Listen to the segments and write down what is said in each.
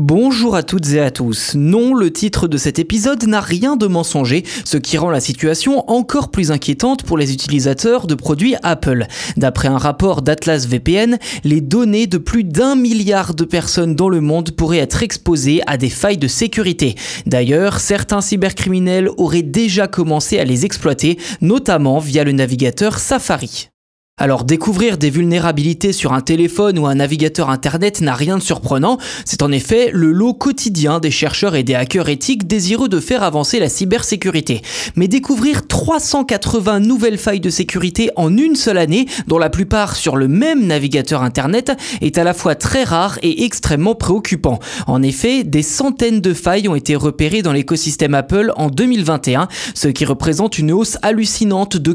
Bonjour à toutes et à tous. Non, le titre de cet épisode n'a rien de mensonger, ce qui rend la situation encore plus inquiétante pour les utilisateurs de produits Apple. D'après un rapport d'Atlas VPN, les données de plus d'1 milliard de personnes dans le monde pourraient être exposées à des failles de sécurité. D'ailleurs, certains cybercriminels auraient déjà commencé à les exploiter, notamment via le navigateur Safari. Alors découvrir des vulnérabilités sur un téléphone ou un navigateur internet n'a rien de surprenant, c'est en effet le lot quotidien des chercheurs et des hackers éthiques désireux de faire avancer la cybersécurité. Mais découvrir 380 nouvelles failles de sécurité en une seule année, dont la plupart sur le même navigateur internet, est à la fois très rare et extrêmement préoccupant. En effet, des centaines de failles ont été repérées dans l'écosystème Apple en 2021, ce qui représente une hausse hallucinante de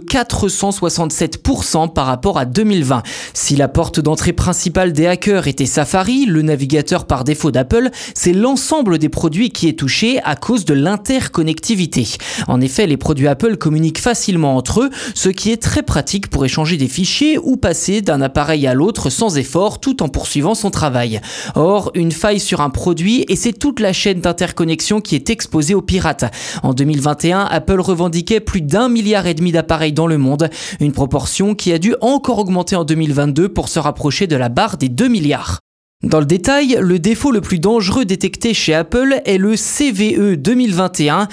467% par rapport à 2020. Si la porte d'entrée principale des hackers était Safari, le navigateur par défaut d'Apple, c'est l'ensemble des produits qui est touché à cause de l'interconnectivité. En effet, les produits Apple communiquent facilement entre eux, ce qui est très pratique pour échanger des fichiers ou passer d'un appareil à l'autre sans effort tout en poursuivant son travail. Or, une faille sur un produit et c'est toute la chaîne d'interconnexion qui est exposée aux pirates. En 2021, Apple revendiquait plus d'1,5 milliard d'appareils dans le monde, une proportion qui a dû encore augmenter en 2022 pour se rapprocher de la barre des 2 milliards. Dans le détail, le défaut le plus dangereux détecté chez Apple est le CVE 2021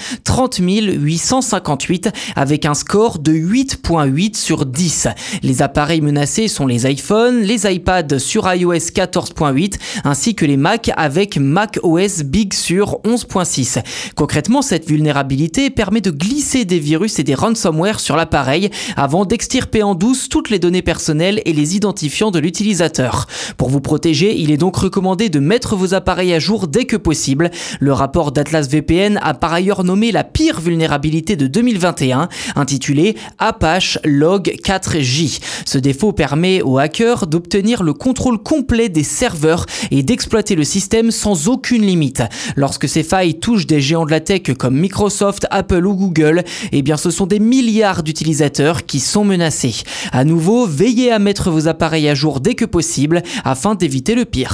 30858 avec un score de 8.8 sur 10. Les appareils menacés sont les iPhones, les iPads sur iOS 14.8 ainsi que les Mac avec macOS Big Sur 11.6. Concrètement, cette vulnérabilité permet de glisser des virus et des ransomware sur l'appareil avant d'extirper en douce toutes les données personnelles et les identifiants de l'utilisateur. Pour vous protéger, il est donc recommandé de mettre vos appareils à jour dès que possible. Le rapport d'Atlas VPN a par ailleurs nommé la pire vulnérabilité de 2021, intitulée Apache Log 4J. Ce défaut permet aux hackers d'obtenir le contrôle complet des serveurs et d'exploiter le système sans aucune limite. Lorsque ces failles touchent des géants de la tech comme Microsoft, Apple ou Google, eh bien ce sont des milliards d'utilisateurs qui sont menacés. À nouveau, veillez à mettre vos appareils à jour dès que possible afin d'éviter le pire.